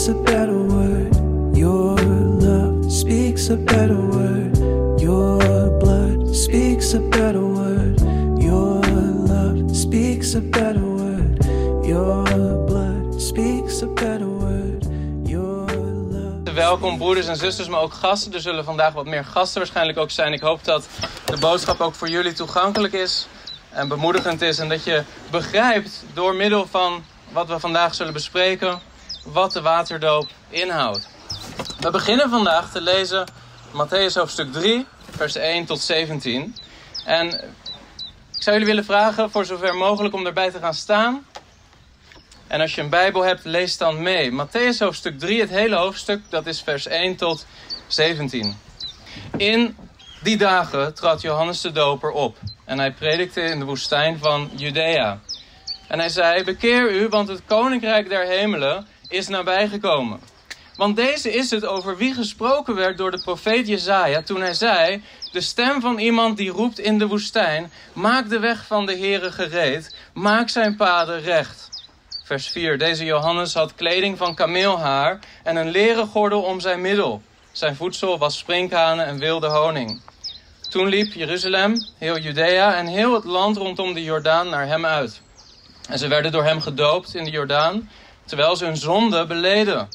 speaks a better word. Your love speaks a better word. Your blood speaks a better word. Your love speaks a better word. Your blood speaks a better word. Your love. Welkom broeders en zusters, maar ook gasten. Er zullen vandaag wat meer gasten waarschijnlijk ook zijn. Ik hoop dat de boodschap ook voor jullie toegankelijk is en bemoedigend is. En dat je begrijpt door middel van wat we vandaag zullen bespreken, wat de waterdoop inhoudt. We beginnen vandaag te lezen Mattheüs hoofdstuk 3, vers 1 tot 17. En ik zou jullie willen vragen, voor zover mogelijk, om erbij te gaan staan. En als je een Bijbel hebt, lees dan mee. Mattheüs hoofdstuk 3, het hele hoofdstuk, dat is vers 1 tot 17. In die dagen trad Johannes de Doper op. En hij predikte in de woestijn van Judea. En hij zei, bekeer u, want het koninkrijk der hemelen is nabijgekomen. Want deze is het over wie gesproken werd door de profeet Jesaja toen hij zei, de stem van iemand die roept in de woestijn, maak de weg van de Heere gereed, maak zijn paden recht. Vers 4, deze Johannes had kleding van kameelhaar en een leren gordel om zijn middel. Zijn voedsel was sprinkhanen en wilde honing. Toen liep Jeruzalem, heel Judea en heel het land rondom de Jordaan naar hem uit. En ze werden door hem gedoopt in de Jordaan, terwijl ze hun zonde beleden.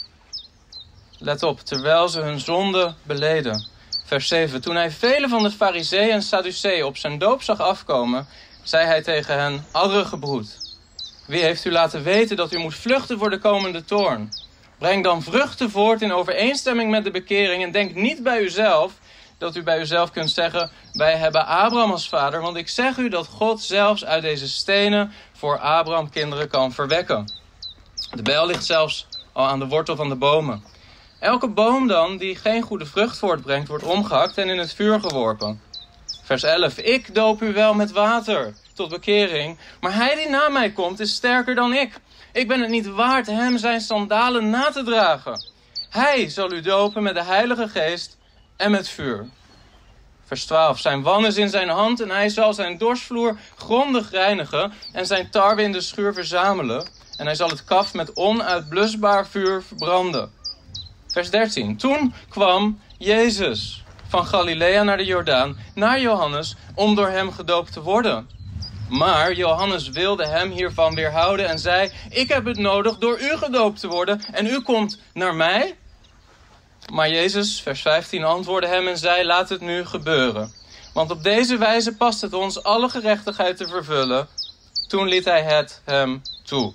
Let op, terwijl ze hun zonde beleden. Vers 7, toen hij velen van de Farizeeën en Sadduceeën op zijn doop zag afkomen, zei hij tegen hen, arre gebroed. Wie heeft u laten weten dat u moet vluchten voor de komende toorn? Breng dan vruchten voort in overeenstemming met de bekering en denk niet bij uzelf dat u bij uzelf kunt zeggen, wij hebben Abraham als vader, want ik zeg u dat God zelfs uit deze stenen voor Abraham kinderen kan verwekken. De bijl ligt zelfs al aan de wortel van de bomen. Elke boom dan die geen goede vrucht voortbrengt, wordt omgehakt en in het vuur geworpen. Vers 11, ik doop u wel met water tot bekering, maar hij die na mij komt is sterker dan ik. Ik ben het niet waard hem zijn sandalen na te dragen. Hij zal u dopen met de Heilige Geest en met vuur. Vers 12, zijn wan is in zijn hand en hij zal zijn dorsvloer grondig reinigen en zijn tarwe in de schuur verzamelen. En hij zal het kaf met onuitblusbaar vuur verbranden. Vers 13, toen kwam Jezus van Galilea naar de Jordaan, naar Johannes, om door hem gedoopt te worden. Maar Johannes wilde hem hiervan weerhouden en zei, ik heb het nodig door u gedoopt te worden en u komt naar mij? Maar Jezus, vers 15, antwoordde hem en zei, laat het nu gebeuren. Want op deze wijze past het ons alle gerechtigheid te vervullen. Toen liet hij het hem toe.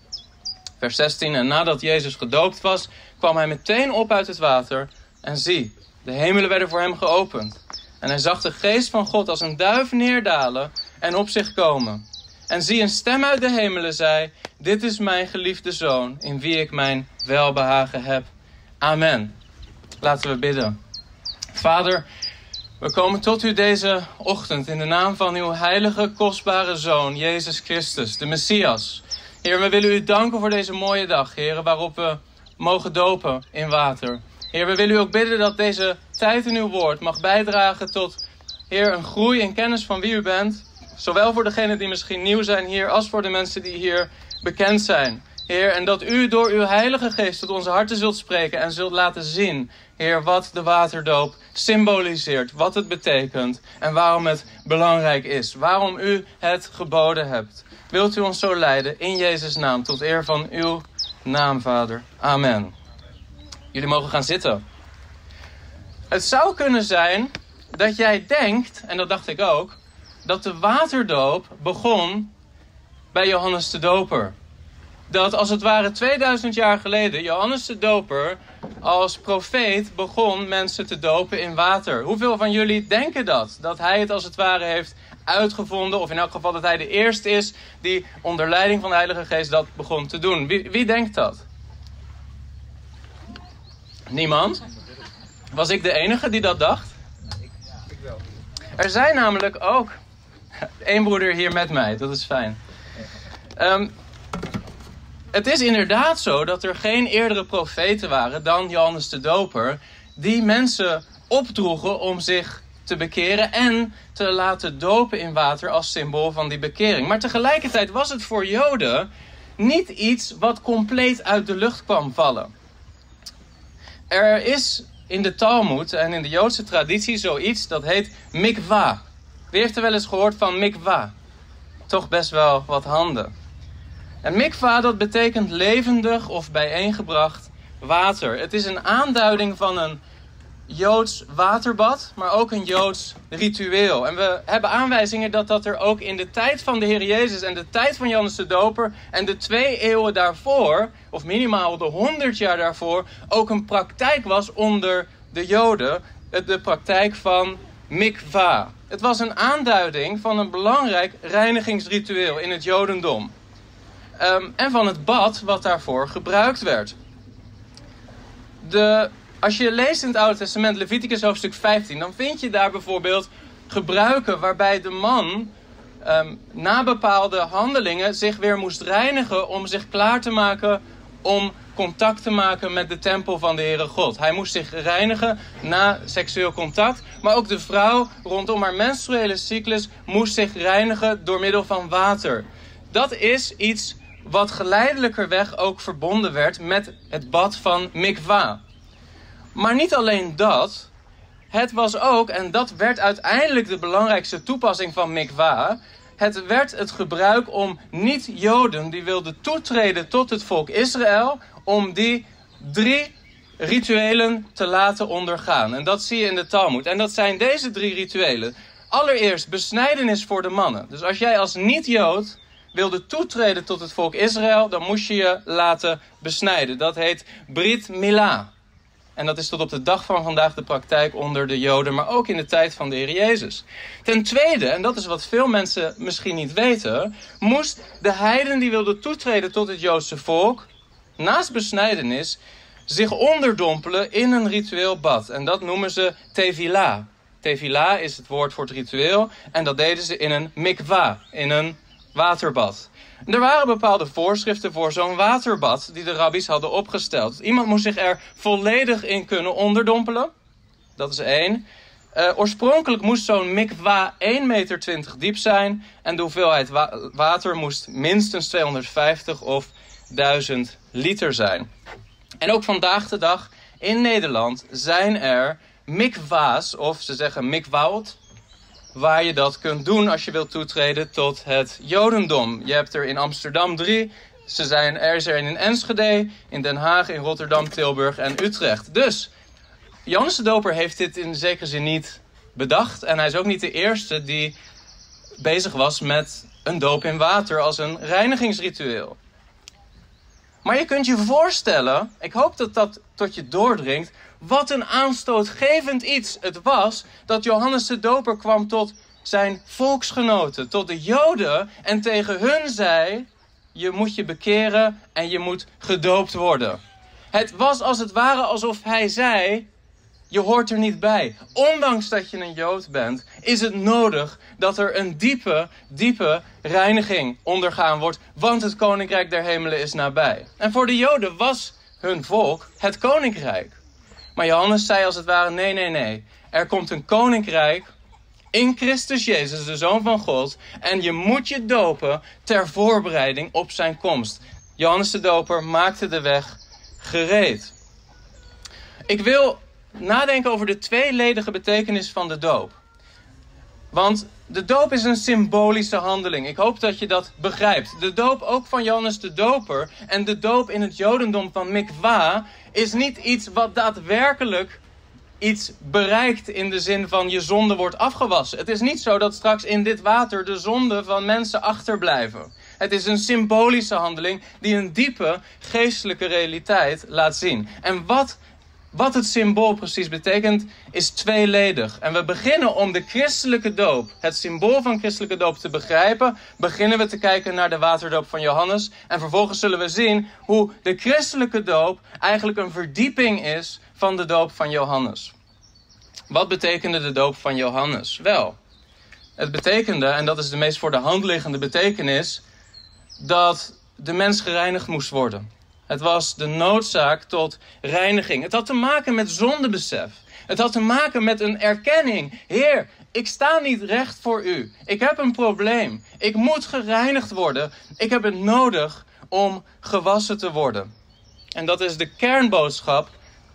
Vers 16, en nadat Jezus gedoopt was, kwam hij meteen op uit het water. En zie, de hemelen werden voor hem geopend. En hij zag de geest van God als een duif neerdalen en op zich komen. En zie, een stem uit de hemelen zei, dit is mijn geliefde zoon, in wie ik mijn welbehagen heb. Amen. Laten we bidden. Vader, we komen tot u deze ochtend in de naam van uw heilige, kostbare Zoon, Jezus Christus, de Messias. Heer, we willen u danken voor deze mooie dag, Heer, waarop we mogen dopen in water. Heer, we willen u ook bidden dat deze tijd in uw woord mag bijdragen tot, Heer, een groei in kennis van wie u bent. Zowel voor degenen die misschien nieuw zijn hier, als voor de mensen die hier bekend zijn. Heer, en dat u door uw Heilige Geest tot onze harten zult spreken en zult laten zien, Heer, wat de waterdoop symboliseert, wat het betekent en waarom het belangrijk is. Waarom u het geboden hebt. Wilt u ons zo leiden in Jezus' naam, tot eer van uw naam, Vader. Amen. Jullie mogen gaan zitten. Het zou kunnen zijn dat jij denkt, en dat dacht ik ook, dat de waterdoop begon bij Johannes de Doper. Dat als het ware 2000 jaar geleden Johannes de Doper als profeet begon mensen te dopen in water. Hoeveel van jullie denken dat? Dat hij het als het ware heeft uitgevonden, of in elk geval dat hij de eerste is die onder leiding van de Heilige Geest dat begon te doen. Wie denkt dat? Niemand? Was ik de enige die dat dacht? Ik wel. Er zijn namelijk ook één broeder hier met mij, dat is fijn. Het is inderdaad zo dat er geen eerdere profeten waren dan Johannes de Doper die mensen opdroegen om zich te bekeren en te laten dopen in water als symbool van die bekering. Maar tegelijkertijd was het voor Joden niet iets wat compleet uit de lucht kwam vallen. Er is in de Talmud en in de Joodse traditie zoiets dat heet mikwa. Wie heeft er wel eens gehoord van mikwa? Toch best wel wat handen. En mikwa, dat betekent levendig of bijeengebracht water. Het is een aanduiding van een Joods waterbad, maar ook een Joods ritueel. En we hebben aanwijzingen dat er ook in de tijd van de Heer Jezus en de tijd van Johannes de Doper en de 2 eeuwen daarvoor, of minimaal de 100 jaar daarvoor, ook een praktijk was onder de Joden, de praktijk van mikwa. Het was een aanduiding van een belangrijk reinigingsritueel in het Jodendom. En van het bad wat daarvoor gebruikt werd. Als je leest in het Oude Testament, Leviticus hoofdstuk 15, dan vind je daar bijvoorbeeld gebruiken waarbij de man na bepaalde handelingen zich weer moest reinigen om zich klaar te maken om contact te maken met de tempel van de Heere God. Hij moest zich reinigen na seksueel contact, maar ook de vrouw rondom haar menstruele cyclus moest zich reinigen door middel van water. Dat is iets wat geleidelijkerweg ook verbonden werd met het bad van mikwa. Maar niet alleen dat, het was ook, en dat werd uiteindelijk de belangrijkste toepassing van mikwa, het werd het gebruik om niet-Joden die wilden toetreden tot het volk Israël, om die 3 rituelen te laten ondergaan. En dat zie je in de Talmud. En dat zijn deze 3 rituelen. Allereerst besnijdenis voor de mannen. Dus als jij als niet-Jood wilde toetreden tot het volk Israël, dan moest je je laten besnijden. Dat heet Brit Milah. En dat is tot op de dag van vandaag de praktijk onder de Joden, maar ook in de tijd van de Heer Jezus. Ten tweede, en dat is wat veel mensen misschien niet weten, moest de heiden die wilden toetreden tot het Joodse volk, naast besnijdenis, zich onderdompelen in een ritueel bad. En dat noemen ze tevilah. Tevilah is het woord voor het ritueel en dat deden ze in een mikwa, in een waterbad. Er waren bepaalde voorschriften voor zo'n waterbad die de rabbies hadden opgesteld. Iemand moest zich er volledig in kunnen onderdompelen. Dat is 1. Oorspronkelijk moest zo'n mikwa 1,20 meter diep zijn. En de hoeveelheid water moest minstens 250 of 1000 liter zijn. En ook vandaag de dag in Nederland zijn er mikwa's, of ze zeggen mikwaot, waar je dat kunt doen als je wilt toetreden tot het Jodendom. Je hebt er in Amsterdam 3. Er is er in Enschede, in Den Haag, in Rotterdam, Tilburg en Utrecht. Dus Johannes de Doper heeft dit in zekere zin niet bedacht. En hij is ook niet de eerste die bezig was met een doop in water als een reinigingsritueel. Maar je kunt je voorstellen, ik hoop dat dat tot je doordringt, wat een aanstootgevend iets het was dat Johannes de Doper kwam tot zijn volksgenoten, tot de Joden, en tegen hun zei: je moet je bekeren en je moet gedoopt worden. Het was als het ware alsof hij zei: je hoort er niet bij. Ondanks dat je een Jood bent, is het nodig dat er een diepe reiniging ondergaan wordt, want het koninkrijk der hemelen is nabij. En voor de Joden was hun volk het koninkrijk. Maar Johannes zei als het ware: nee. Er komt een koninkrijk in Christus Jezus, de Zoon van God, en je moet je dopen ter voorbereiding op zijn komst. Johannes de Doper maakte de weg gereed. Ik wil nadenken over de tweeledige betekenis van de doop. Want de doop is een symbolische handeling. Ik hoop dat je dat begrijpt. De doop ook van Johannes de Doper en de doop in het Jodendom van mikwa is niet iets wat daadwerkelijk iets bereikt in de zin van je zonde wordt afgewassen. Het is niet zo dat straks in dit water de zonden van mensen achterblijven. Het is een symbolische handeling die een diepe geestelijke realiteit laat zien. En wat het symbool precies betekent, is tweeledig. En we beginnen om de christelijke doop, het symbool van christelijke doop te begrijpen, beginnen we te kijken naar de waterdoop van Johannes. En vervolgens zullen we zien hoe de christelijke doop eigenlijk een verdieping is van de doop van Johannes. Wat betekende de doop van Johannes? Wel, het betekende, en dat is de meest voor de hand liggende betekenis, dat de mens gereinigd moest worden. Het was de noodzaak tot reiniging. Het had te maken met zondebesef. Het had te maken met een erkenning. Heer, ik sta niet recht voor u. Ik heb een probleem. Ik moet gereinigd worden. Ik heb het nodig om gewassen te worden. En dat is de kernboodschap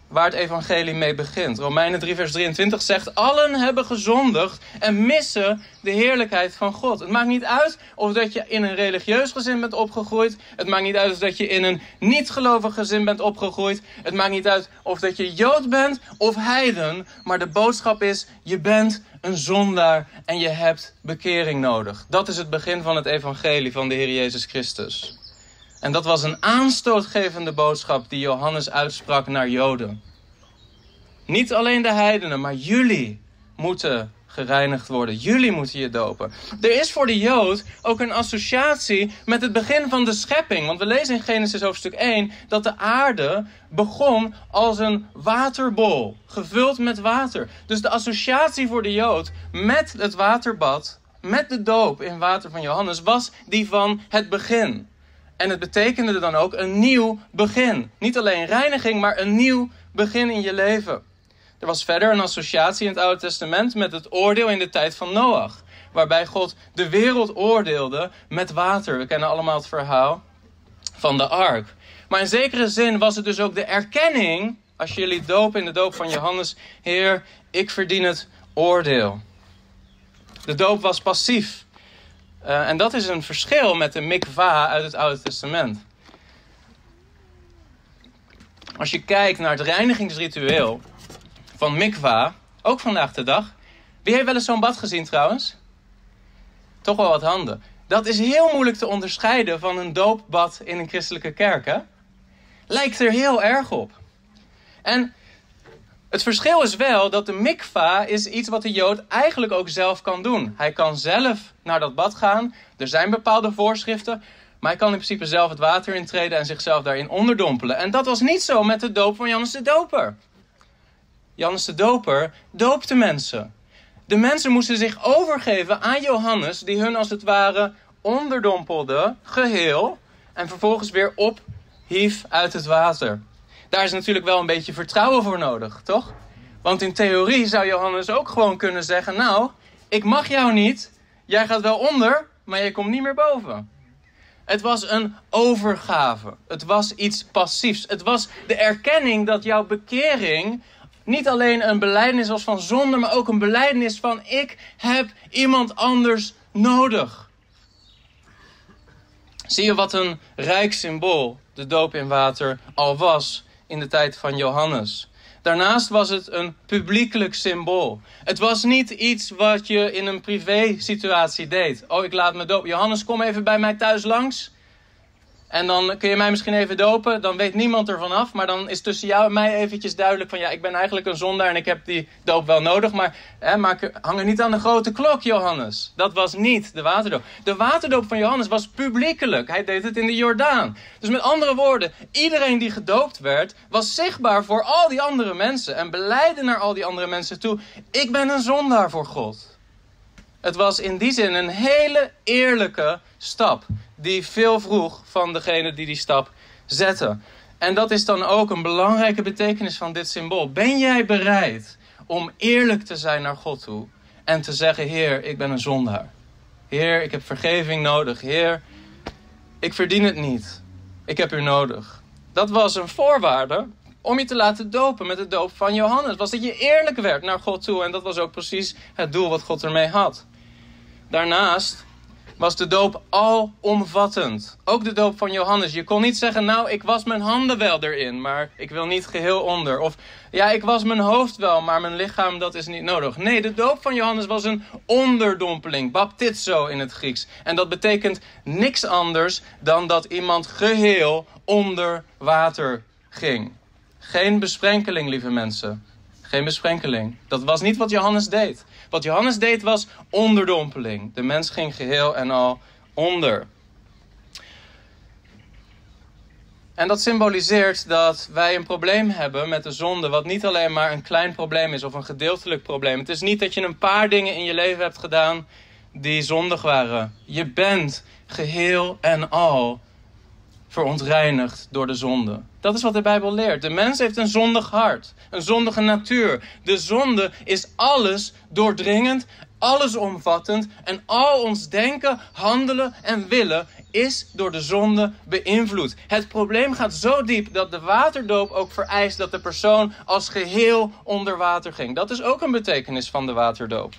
waar het evangelie mee begint. Romeinen 3 vers 23 zegt: allen hebben gezondigd en missen de heerlijkheid van God. Het maakt niet uit of dat je in een religieus gezin bent opgegroeid. Het maakt niet uit of dat je in een niet-gelovig gezin bent opgegroeid. Het maakt niet uit of dat je Jood bent of heiden. Maar de boodschap is: je bent een zondaar en je hebt bekering nodig. Dat is het begin van het evangelie van de Heer Jezus Christus. En dat was een aanstootgevende boodschap die Johannes uitsprak naar Joden. Niet alleen de heidenen, maar jullie moeten gereinigd worden. Jullie moeten je dopen. Er is voor de Jood ook een associatie met het begin van de schepping. Want we lezen in Genesis hoofdstuk 1 dat de aarde begon als een waterbol, gevuld met water. Dus de associatie voor de Jood met het waterbad, met de doop in water van Johannes, was die van het begin. En het betekende dan ook een nieuw begin. Niet alleen reiniging, maar een nieuw begin in je leven. Er was verder een associatie in het Oude Testament met het oordeel in de tijd van Noach. Waarbij God de wereld oordeelde met water. We kennen allemaal het verhaal van de ark. Maar in zekere zin was het dus ook de erkenning, als jullie dopen in de doop van Johannes: Heer, ik verdien het oordeel. De doop was passief. En dat is een verschil met de mikvah uit het Oude Testament. Als je kijkt naar het reinigingsritueel van mikvah, ook vandaag de dag. Wie heeft wel eens zo'n bad gezien trouwens? Toch wel wat handen. Dat is heel moeilijk te onderscheiden van een doopbad in een christelijke kerk, hè? Lijkt er heel erg op. En het verschil is wel dat de mikvah is iets wat de Jood eigenlijk ook zelf kan doen. Hij kan zelf naar dat bad gaan. Er zijn bepaalde voorschriften. Maar hij kan in principe zelf het water intreden en zichzelf daarin onderdompelen. En dat was niet zo met de doop van Johannes de Doper. Johannes de Doper doopte mensen. De mensen moesten zich overgeven aan Johannes, die hun als het ware onderdompelde, geheel, en vervolgens weer ophief uit het water. Daar is natuurlijk wel een beetje vertrouwen voor nodig, toch? Want in theorie zou Johannes ook gewoon kunnen zeggen: nou, ik mag jou niet, jij gaat wel onder, maar je komt niet meer boven. Het was een overgave. Het was iets passiefs. Het was de erkenning dat jouw bekering niet alleen een belijdenis was van zonde, maar ook een belijdenis van: ik heb iemand anders nodig. Zie je wat een rijk symbool de doop in water al was in de tijd van Johannes. Daarnaast was het een publiekelijk symbool. Het was niet iets wat je in een privé situatie deed. Oh, ik laat me dopen. Johannes, kom even bij mij thuis langs. En dan kun je mij misschien even dopen. Dan weet niemand ervan af. Maar dan is tussen jou en mij eventjes duidelijk van: ja, ik ben eigenlijk een zondaar en ik heb die doop wel nodig. Maar hang er niet aan de grote klok, Johannes. Dat was niet de waterdoop. De waterdoop van Johannes was publiekelijk. Hij deed het in de Jordaan. Dus met andere woorden, iedereen die gedoopt werd, was zichtbaar voor al die andere mensen. En belijden naar al die andere mensen toe: ik ben een zondaar voor God. Het was in die zin een hele eerlijke stap die veel vroeg van degene die stap zette. En dat is dan ook een belangrijke betekenis van dit symbool. Ben jij bereid om eerlijk te zijn naar God toe en te zeggen: Heer, ik ben een zondaar. Heer, ik heb vergeving nodig. Heer, ik verdien het niet. Ik heb u nodig. Dat was een voorwaarde om je te laten dopen met de doop van Johannes. Was dat je eerlijk werd naar God toe. En dat was ook precies het doel wat God ermee had. Daarnaast was de doop alomvattend. Ook de doop van Johannes. Je kon niet zeggen: nou, ik was mijn handen wel erin, maar ik wil niet geheel onder. Of ja, ik was mijn hoofd wel, maar mijn lichaam, dat is niet nodig. Nee, de doop van Johannes was een onderdompeling. Baptizo in het Grieks. En dat betekent niks anders dan dat iemand geheel onder water ging. Geen besprenkeling, lieve mensen. Geen besprenkeling. Dat was niet wat Johannes deed. Wat Johannes deed was onderdompeling. De mens ging geheel en al onder. En dat symboliseert dat wij een probleem hebben met de zonde, wat niet alleen maar een klein probleem is of een gedeeltelijk probleem. Het is niet dat je een paar dingen in je leven hebt gedaan die zondig waren. Je bent geheel en al verontreinigd door de zonde. Dat is wat de Bijbel leert. De mens heeft een zondig hart, een zondige natuur. De zonde is alles doordringend, allesomvattend en al ons denken, handelen en willen is door de zonde beïnvloed. Het probleem gaat zo diep dat de waterdoop ook vereist dat de persoon als geheel onder water ging. Dat is ook een betekenis van de waterdoop.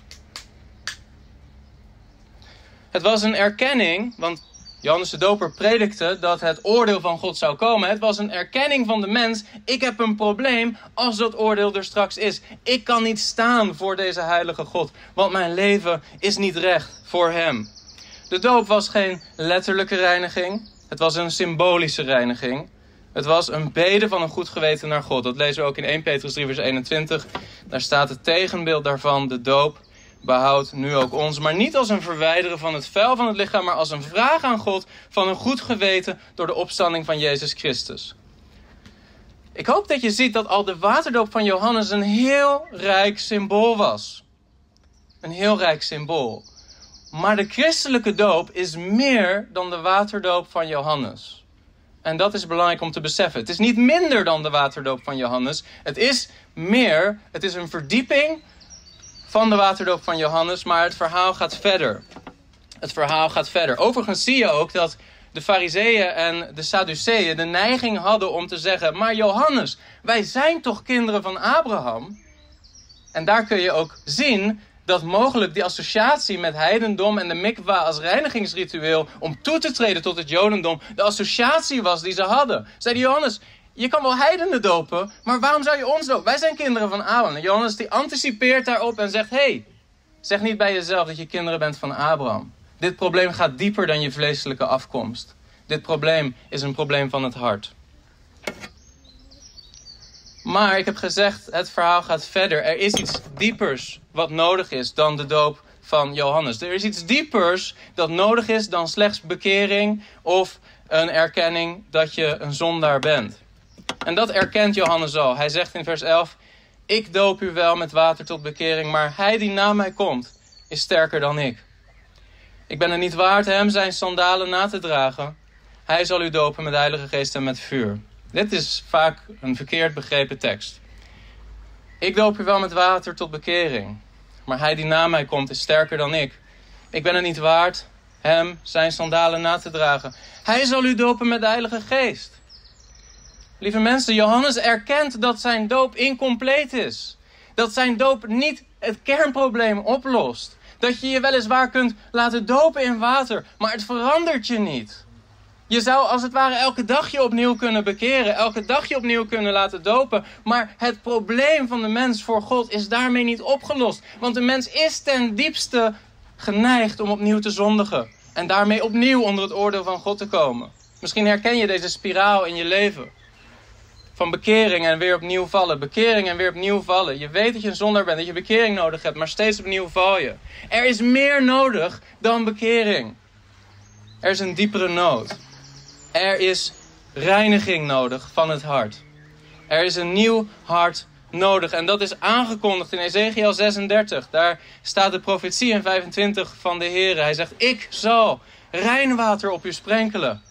Het was een erkenning, want Johannes de Doper predikte dat het oordeel van God zou komen. Het was een erkenning van de mens. Ik heb een probleem als dat oordeel er straks is. Ik kan niet staan voor deze heilige God, want mijn leven is niet recht voor hem. De doop was geen letterlijke reiniging. Het was een symbolische reiniging. Het was een bede van een goed geweten naar God. Dat lezen we ook in 1 Petrus 3 vers 21. Daar staat het tegenbeeld daarvan, de doop behoudt nu ook ons. Maar niet als een verwijderen van het vuil van het lichaam, maar als een vraag aan God van een goed geweten door de opstanding van Jezus Christus. Ik hoop dat je ziet dat al de waterdoop van Johannes een heel rijk symbool was. Een heel rijk symbool. Maar de christelijke doop is meer dan de waterdoop van Johannes. En dat is belangrijk om te beseffen. Het is niet minder dan de waterdoop van Johannes. Het is meer, het is een verdieping van de waterdoop van Johannes, maar het verhaal gaat verder. Het verhaal gaat verder. Overigens zie je ook dat de Farizeeën en de Sadduceeën de neiging hadden om te zeggen, maar Johannes, wij zijn toch kinderen van Abraham? En daar kun je ook zien dat mogelijk die associatie met heidendom en de mikwa als reinigingsritueel om toe te treden tot het jodendom, de associatie was die ze hadden. Zeiden Johannes, je kan wel heidenen dopen, maar waarom zou je ons dopen? Wij zijn kinderen van Abraham. En Johannes die anticipeert daarop en zegt, hey, zeg niet bij jezelf dat je kinderen bent van Abraham. Dit probleem gaat dieper dan je vleeselijke afkomst. Dit probleem is een probleem van het hart. Maar ik heb gezegd, het verhaal gaat verder. Er is iets diepers wat nodig is dan de doop van Johannes. Er is iets diepers dat nodig is dan slechts bekering of een erkenning dat je een zondaar bent. En dat erkent Johannes al. Hij zegt in vers 11, ik doop u wel met water tot bekering, maar hij die na mij komt is sterker dan ik. Ik ben er niet waard hem zijn sandalen na te dragen. Hij zal u dopen met de Heilige Geest en met vuur. Dit is vaak een verkeerd begrepen tekst. Ik doop u wel met water tot bekering, maar hij die na mij komt is sterker dan ik. Ik ben er niet waard hem zijn sandalen na te dragen. Hij zal u dopen met de Heilige Geest. Lieve mensen, Johannes erkent dat zijn doop incompleet is. Dat zijn doop niet het kernprobleem oplost. Dat je je weliswaar kunt laten dopen in water, maar het verandert je niet. Je zou als het ware elke dag je opnieuw kunnen bekeren, elke dag je opnieuw kunnen laten dopen. Maar het probleem van de mens voor God is daarmee niet opgelost. Want de mens is ten diepste geneigd om opnieuw te zondigen. En daarmee opnieuw onder het oordeel van God te komen. Misschien herken je deze spiraal in je leven. Van bekering en weer opnieuw vallen. Bekering en weer opnieuw vallen. Je weet dat je een zondaar bent, dat je bekering nodig hebt, maar steeds opnieuw val je. Er is meer nodig dan bekering. Er is een diepere nood. Er is reiniging nodig van het hart. Er is een nieuw hart nodig. En dat is aangekondigd in Ezekiel 36. Daar staat de profetie in 25 van de Heere. Hij zegt, ik zal rein water op u sprenkelen.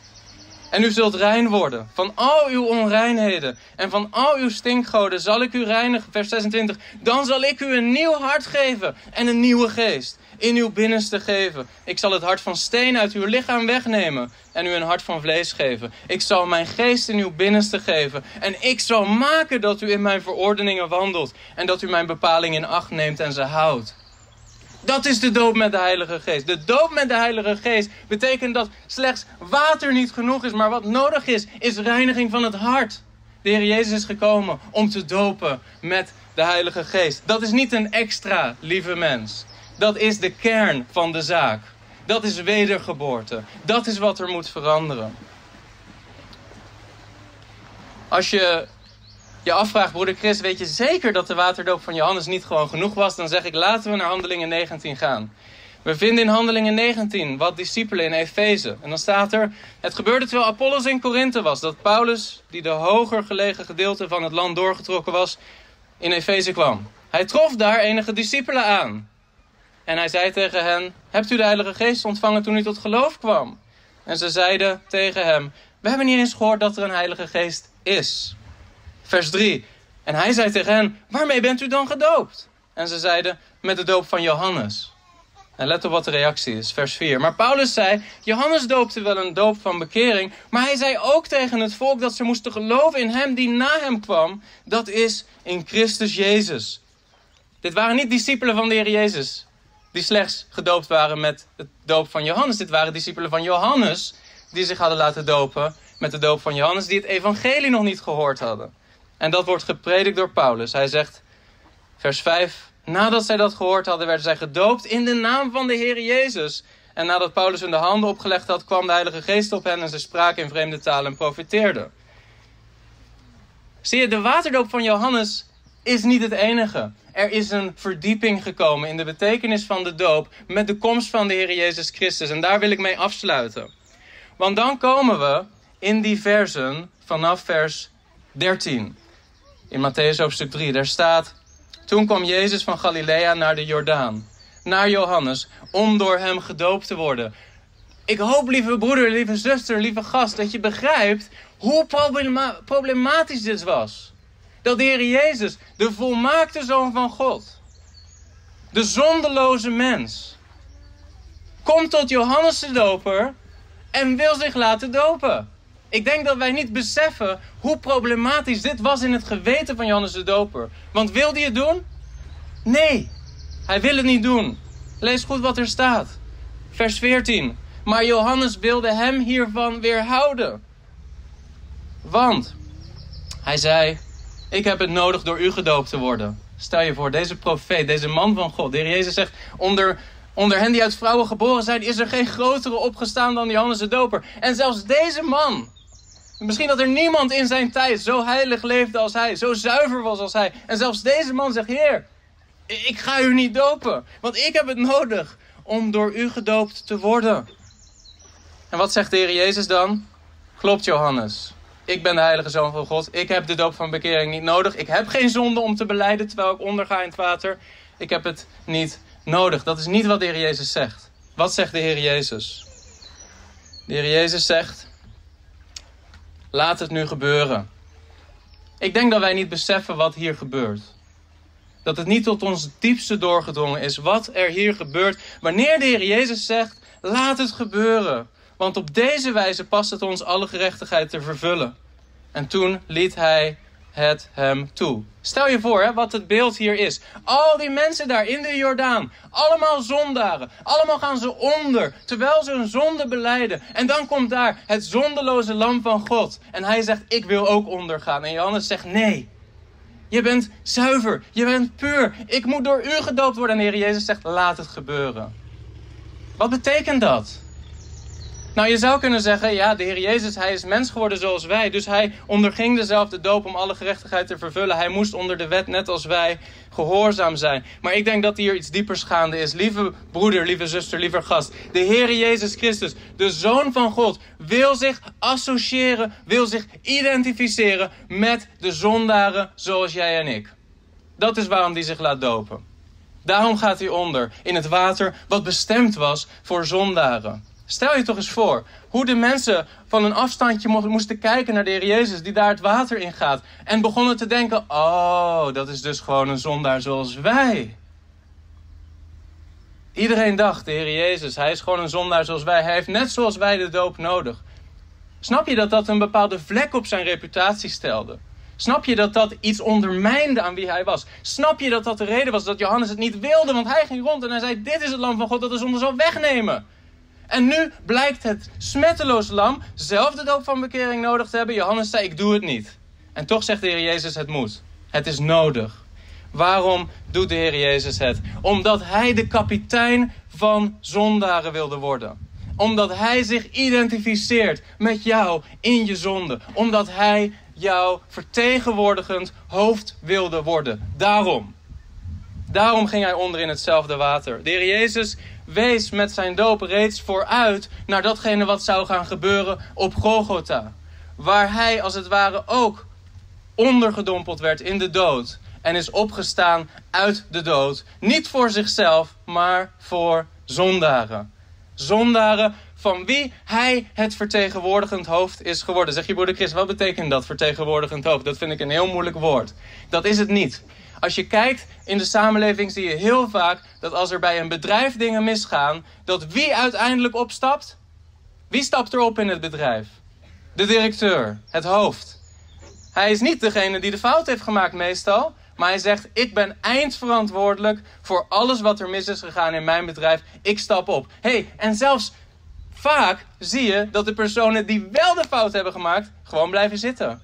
En u zult rein worden. Van al uw onreinheden en van al uw stinkgoden zal ik u reinigen. Vers 26. Dan zal ik u een nieuw hart geven en een nieuwe geest in uw binnenste geven. Ik zal het hart van steen uit uw lichaam wegnemen en u een hart van vlees geven. Ik zal mijn geest in uw binnenste geven. En ik zal maken dat u in mijn verordeningen wandelt en dat u mijn bepalingen in acht neemt en ze houdt. Dat is de doop met de Heilige Geest. De doop met de Heilige Geest betekent dat slechts water niet genoeg is, maar wat nodig is reiniging van het hart. De Heer Jezus is gekomen om te dopen met de Heilige Geest. Dat is niet een extra, lieve mens. Dat is de kern van de zaak. Dat is wedergeboorte. Dat is wat er moet veranderen. Als je je afvraagt, broeder Chris, weet je zeker dat de waterdoop van Johannes niet gewoon genoeg was? Dan zeg ik, laten we naar Handelingen 19 gaan. We vinden in Handelingen 19 wat discipelen in Efeze. En dan staat er, het gebeurde terwijl Apollos in Korinthe was, dat Paulus, die de hoger gelegen gedeelte van het land doorgetrokken was, in Efeze kwam. Hij trof daar enige discipelen aan. En hij zei tegen hen, hebt u de Heilige Geest ontvangen toen u tot geloof kwam? En ze zeiden tegen hem, we hebben niet eens gehoord dat er een Heilige Geest is. Vers 3. En hij zei tegen hen, waarmee bent u dan gedoopt? En ze zeiden, met de doop van Johannes. En let op wat de reactie is, vers 4. Maar Paulus zei, Johannes doopte wel een doop van bekering, maar hij zei ook tegen het volk dat ze moesten geloven in hem die na hem kwam, dat is in Christus Jezus. Dit waren niet discipelen van de Heer Jezus, die slechts gedoopt waren met het doop van Johannes. Dit waren discipelen van Johannes, die zich hadden laten dopen met de doop van Johannes, die het evangelie nog niet gehoord hadden. En dat wordt gepredikt door Paulus. Hij zegt, vers 5, nadat zij dat gehoord hadden, werden zij gedoopt in de naam van de Heer Jezus. En nadat Paulus hun de handen opgelegd had, kwam de Heilige Geest op hen en ze spraken in vreemde talen en profeteerden. Zie je, de waterdoop van Johannes is niet het enige. Er is een verdieping gekomen in de betekenis van de doop met de komst van de Heer Jezus Christus. En daar wil ik mee afsluiten. Want dan komen we in die versen vanaf vers 13. In Mattheüs hoofdstuk 3, daar staat: toen kwam Jezus van Galilea naar de Jordaan, naar Johannes, om door hem gedoopt te worden. Ik hoop, lieve broeder, lieve zuster, lieve gast, dat je begrijpt hoe problematisch dit was. Dat de Heer Jezus, de volmaakte Zoon van God, de zondeloze mens, komt tot Johannes de Doper en wil zich laten dopen. Ik denk dat wij niet beseffen hoe problematisch dit was in het geweten van Johannes de Doper. Want wil hij het doen? Nee, hij wil het niet doen. Lees goed wat er staat. Vers 14. Maar Johannes wilde hem hiervan weerhouden. Want hij zei, ik heb het nodig door u gedoopt te worden. Stel je voor, deze profeet, deze man van God. De Heer Jezus zegt, onder hen die uit vrouwen geboren zijn, is er geen grotere opgestaan dan Johannes de Doper. En zelfs deze man, misschien dat er niemand in zijn tijd zo heilig leefde als hij, zo zuiver was als hij. En zelfs deze man zegt, Heer, ik ga u niet dopen, want ik heb het nodig om door u gedoopt te worden. En wat zegt de Heer Jezus dan? Klopt, Johannes. Ik ben de heilige Zoon van God. Ik heb de doop van bekering niet nodig. Ik heb geen zonde om te belijden terwijl ik onderga in het water. Ik heb het niet nodig. Dat is niet wat de Heer Jezus zegt. Wat zegt de Heer Jezus? De Heer Jezus zegt, laat het nu gebeuren. Ik denk dat wij niet beseffen wat hier gebeurt. Dat het niet tot ons diepste doorgedrongen is wat er hier gebeurt. Wanneer de Heer Jezus zegt, laat het gebeuren. Want op deze wijze past het ons alle gerechtigheid te vervullen. En toen liet hij het hem toe. Stel je voor wat het beeld hier is. Al die mensen daar in de Jordaan. Allemaal zondaren. Allemaal gaan ze onder. Terwijl ze hun zonde belijden. En dan komt daar het zondeloze lam van God. En hij zegt, ik wil ook ondergaan. En Johannes zegt, nee. Je bent zuiver. Je bent puur. Ik moet door u gedoopt worden. En de Heer Jezus zegt, laat het gebeuren. Wat betekent dat? Nou, je zou kunnen zeggen, ja, de Heer Jezus, hij is mens geworden zoals wij. Dus hij onderging dezelfde doop om alle gerechtigheid te vervullen. Hij moest onder de wet, net als wij, gehoorzaam zijn. Maar ik denk dat hier iets dieper gaande is. Lieve broeder, lieve zuster, lieve gast. De Heer Jezus Christus, de Zoon van God, wil zich associëren, wil zich identificeren met de zondaren zoals jij en ik. Dat is waarom hij zich laat dopen. Daarom gaat hij onder in het water wat bestemd was voor zondaren. Stel je toch eens voor hoe de mensen van een afstandje moesten kijken naar de Heer Jezus die daar het water in gaat. En begonnen te denken, oh, dat is dus gewoon een zondaar zoals wij. Iedereen dacht, de Heer Jezus, hij is gewoon een zondaar zoals wij. Hij heeft net zoals wij de doop nodig. Snap je dat dat een bepaalde vlek op zijn reputatie stelde? Snap je dat dat iets ondermijnde aan wie hij was? Snap je dat dat de reden was dat Johannes het niet wilde? Want hij ging rond en hij zei, dit is het lam van God dat de zonde zal wegnemen. En nu blijkt het smetteloos lam zelf de doop van bekering nodig te hebben. Johannes zei, ik doe het niet. En toch zegt de Heer Jezus, het moet. Het is nodig. Waarom doet de Heer Jezus het? Omdat hij de kapitein van zondaren wilde worden. Omdat hij zich identificeert met jou in je zonde. Omdat hij jou vertegenwoordigend hoofd wilde worden. Daarom ging hij onder in hetzelfde water. De Heer Jezus wees met zijn doop reeds vooruit naar datgene wat zou gaan gebeuren op Golgotha. Waar hij als het ware ook ondergedompeld werd in de dood. En is opgestaan uit de dood. Niet voor zichzelf, maar voor zondaren. Zondaren van wie hij het vertegenwoordigend hoofd is geworden. Zeg je broeder Chris, wat betekent dat, vertegenwoordigend hoofd? Dat vind ik een heel moeilijk woord. Dat is het niet. Als je kijkt in de samenleving zie je heel vaak dat als er bij een bedrijf dingen misgaan, dat wie uiteindelijk opstapt? Wie stapt erop in het bedrijf? De directeur, het hoofd. Hij is niet degene die de fout heeft gemaakt meestal, maar hij zegt, ik ben eindverantwoordelijk voor alles wat er mis is gegaan in mijn bedrijf. Ik stap op. En zelfs vaak zie je dat de personen die wel de fout hebben gemaakt, gewoon blijven zitten.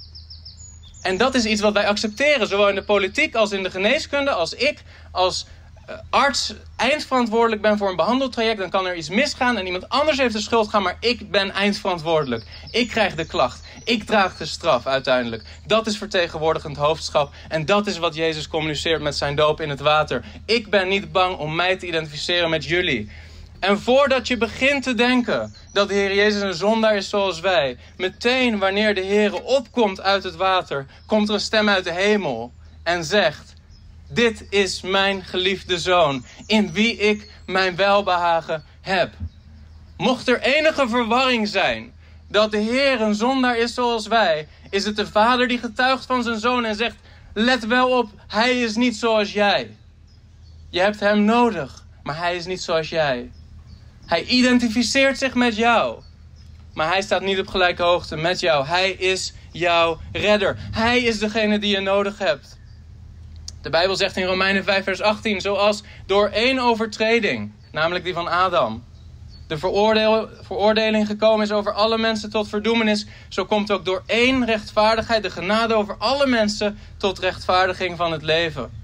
En dat is iets wat wij accepteren, zowel in de politiek als in de geneeskunde. Als ik als arts eindverantwoordelijk ben voor een behandeltraject, dan kan er iets misgaan en iemand anders heeft de schuld gehad, maar ik ben eindverantwoordelijk. Ik krijg de klacht. Ik draag de straf uiteindelijk. Dat is vertegenwoordigend hoofdschap en dat is wat Jezus communiceert met zijn doop in het water. Ik ben niet bang om mij te identificeren met jullie. En voordat je begint te denken dat de Heer Jezus een zondaar is zoals wij, meteen wanneer de Heer opkomt uit het water, komt er een stem uit de hemel en zegt, dit is mijn geliefde zoon, in wie ik mijn welbehagen heb. Mocht er enige verwarring zijn dat de Heer een zondaar is zoals wij, is het de vader die getuigt van zijn zoon en zegt, let wel op, hij is niet zoals jij. Je hebt hem nodig, maar hij is niet zoals jij. Hij identificeert zich met jou, maar hij staat niet op gelijke hoogte met jou. Hij is jouw redder. Hij is degene die je nodig hebt. De Bijbel zegt in Romeinen 5 vers 18, zoals door één overtreding, namelijk die van Adam, de veroordeling gekomen is over alle mensen tot verdoemenis, zo komt ook door één rechtvaardigheid de genade over alle mensen tot rechtvaardiging van het leven.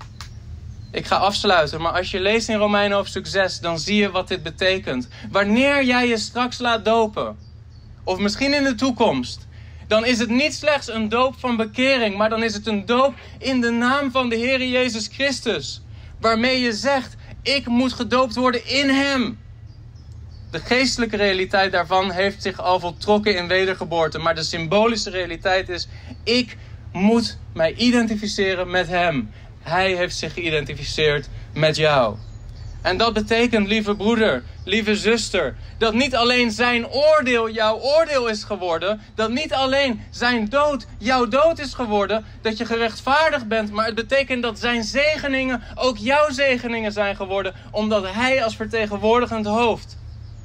Ik ga afsluiten, maar als je leest in Romeinen hoofdstuk 6, dan zie je wat dit betekent. Wanneer jij je straks laat dopen, of misschien in de toekomst, dan is het niet slechts een doop van bekering, maar dan is het een doop in de naam van de Heer Jezus Christus. Waarmee je zegt, ik moet gedoopt worden in hem. De geestelijke realiteit daarvan heeft zich al voltrokken in wedergeboorte, maar de symbolische realiteit is, ik moet mij identificeren met hem. Hij heeft zich geïdentificeerd met jou. En dat betekent, lieve broeder, lieve zuster, dat niet alleen zijn oordeel jouw oordeel is geworden, dat niet alleen zijn dood jouw dood is geworden, dat je gerechtvaardigd bent, maar het betekent dat zijn zegeningen ook jouw zegeningen zijn geworden, omdat hij als vertegenwoordigend hoofd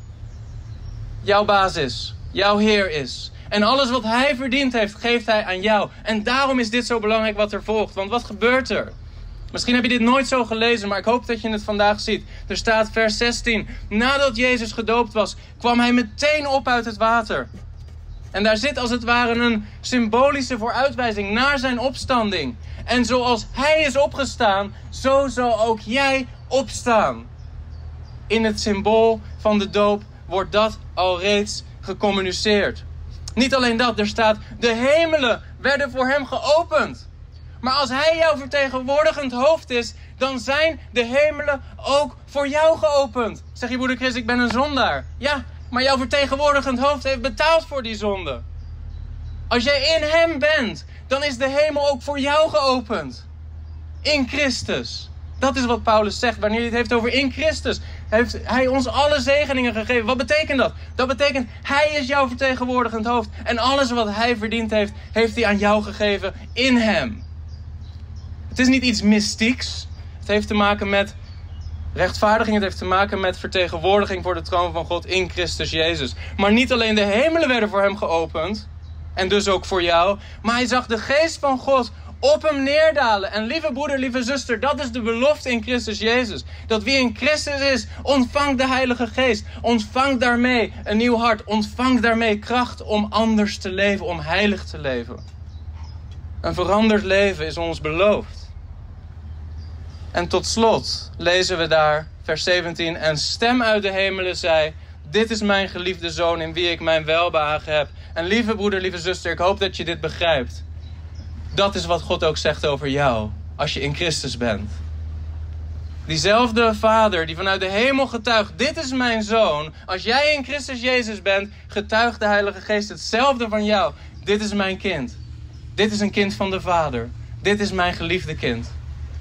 jouw baas is, jouw Heer is. En alles wat hij verdiend heeft, geeft hij aan jou. En daarom is dit zo belangrijk wat er volgt. Want wat gebeurt er? Misschien heb je dit nooit zo gelezen, maar ik hoop dat je het vandaag ziet. Er staat vers 16. Nadat Jezus gedoopt was, kwam hij meteen op uit het water. En daar zit als het ware een symbolische vooruitwijzing naar zijn opstanding. En zoals hij is opgestaan, zo zal ook jij opstaan. In het symbool van de doop wordt dat al reeds gecommuniceerd. Niet alleen dat, er staat, de hemelen werden voor hem geopend. Maar als hij jouw vertegenwoordigend hoofd is, dan zijn de hemelen ook voor jou geopend. Zeg je broeder Chris, ik ben een zondaar. Ja, maar jouw vertegenwoordigend hoofd heeft betaald voor die zonde. Als jij in hem bent, dan is de hemel ook voor jou geopend. In Christus. Dat is wat Paulus zegt wanneer hij het heeft over in Christus. Heeft hij ons alle zegeningen gegeven. Wat betekent dat? Dat betekent, hij is jouw vertegenwoordigend hoofd. En alles wat hij verdiend heeft, heeft hij aan jou gegeven in hem. Het is niet iets mystieks. Het heeft te maken met rechtvaardiging. Het heeft te maken met vertegenwoordiging voor de troon van God in Christus Jezus. Maar niet alleen de hemelen werden voor hem geopend. En dus ook voor jou. Maar hij zag de geest van God op hem neerdalen. En lieve broeder, lieve zuster, dat is de belofte in Christus Jezus. Dat wie in Christus is, ontvangt de Heilige Geest. Ontvangt daarmee een nieuw hart. Ontvangt daarmee kracht om anders te leven, om heilig te leven. Een veranderd leven is ons beloofd. En tot slot lezen we daar, vers 17. En stem uit de hemelen zei, dit is mijn geliefde zoon in wie ik mijn welbehagen heb. En lieve broeder, lieve zuster, ik hoop dat je dit begrijpt. Dat is wat God ook zegt over jou, als je in Christus bent. Diezelfde Vader die vanuit de hemel getuigt, dit is mijn zoon. Als jij in Christus Jezus bent, getuigt de Heilige Geest hetzelfde van jou. Dit is mijn kind. Dit is een kind van de Vader. Dit is mijn geliefde kind.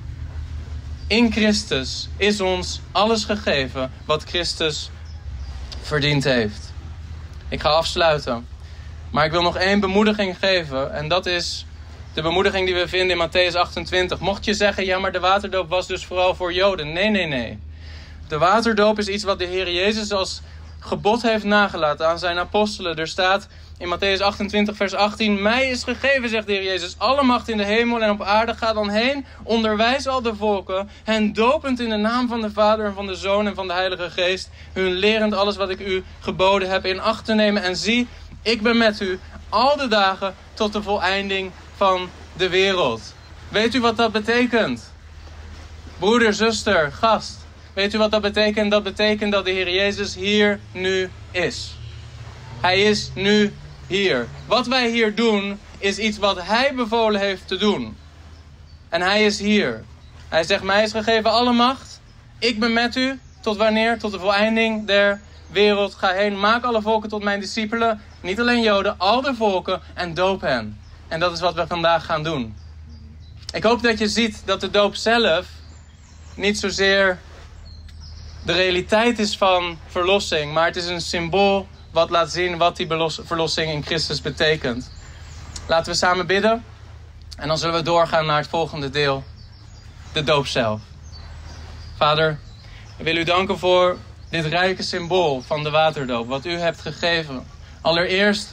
In Christus is ons alles gegeven wat Christus verdiend heeft. Ik ga afsluiten. Maar ik wil nog 1 bemoediging geven. En dat is de bemoediging die we vinden in Mattheüs 28. Mocht je zeggen, ja, maar de waterdoop was dus vooral voor Joden. Nee. De waterdoop is iets wat de Heer Jezus als gebod heeft nagelaten aan zijn apostelen. Er staat in Mattheüs 28 vers 18. Mij is gegeven, zegt de Heer Jezus, alle macht in de hemel en op aarde. Ga dan heen, onderwijs al de volken, hen dopend in de naam van de Vader en van de Zoon en van de Heilige Geest. Hun lerend alles wat ik u geboden heb in acht te nemen. En zie, ik ben met u al de dagen tot de voleinding van de wereld. Weet u wat dat betekent? Broeder, zuster, gast. Weet u wat dat betekent? Dat betekent dat de Heer Jezus hier nu is. Hij is nu hier. Wat wij hier doen is iets wat Hij bevolen heeft te doen. En Hij is hier. Hij zegt, mij is gegeven alle macht. Ik ben met u. Tot wanneer? Tot de voleinding der wereld. Ga heen, maak alle volken tot mijn discipelen. Niet alleen Joden, al de volken. En doop hen. En dat is wat we vandaag gaan doen. Ik hoop dat je ziet dat de doop zelf niet zozeer de realiteit is van verlossing. Maar het is een symbool wat laat zien wat die verlossing in Christus betekent. Laten we samen bidden. En dan zullen we doorgaan naar het volgende deel. De doop zelf. Vader, ik wil u danken voor dit rijke symbool van de waterdoop. Wat u hebt gegeven. Allereerst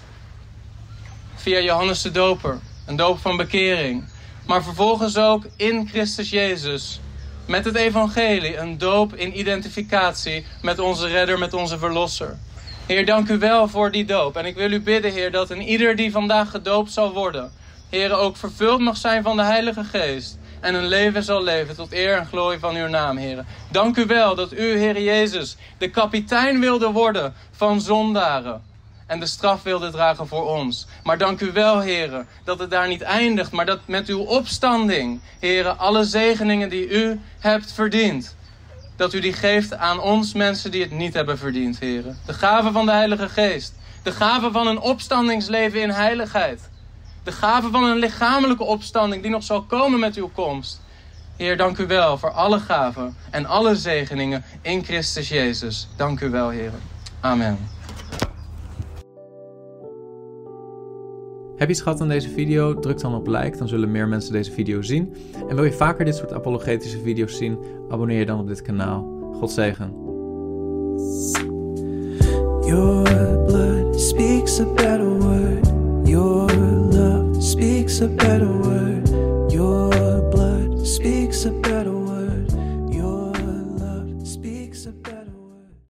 via Johannes de Doper. Een doop van bekering. Maar vervolgens ook in Christus Jezus. Met het evangelie. Een doop in identificatie met onze redder, met onze verlosser. Heer, dank u wel voor die doop. En ik wil u bidden, Heer, dat een ieder die vandaag gedoopt zal worden, Heer, ook vervuld mag zijn van de Heilige Geest. En een leven zal leven tot eer en glorie van uw naam, Heer. Dank u wel dat u, Heer Jezus, de kapitein wilde worden van zondaren. En de straf wilde dragen voor ons. Maar dank u wel, Heer, dat het daar niet eindigt. Maar dat met uw opstanding, Heer, alle zegeningen die u hebt verdiend, dat u die geeft aan ons mensen die het niet hebben verdiend, Heer. De gave van de Heilige Geest. De gave van een opstandingsleven in heiligheid. De gave van een lichamelijke opstanding die nog zal komen met uw komst. Heer, dank u wel voor alle gaven en alle zegeningen in Christus Jezus. Dank u wel, Heer. Amen. Heb je iets gehad aan deze video? Druk dan op like, dan zullen meer mensen deze video zien. En wil je vaker dit soort apologetische video's zien? Abonneer je dan op dit kanaal. God zegen. Your blood speaks a better word. Your love speaks a better word. Your blood speaks a better word.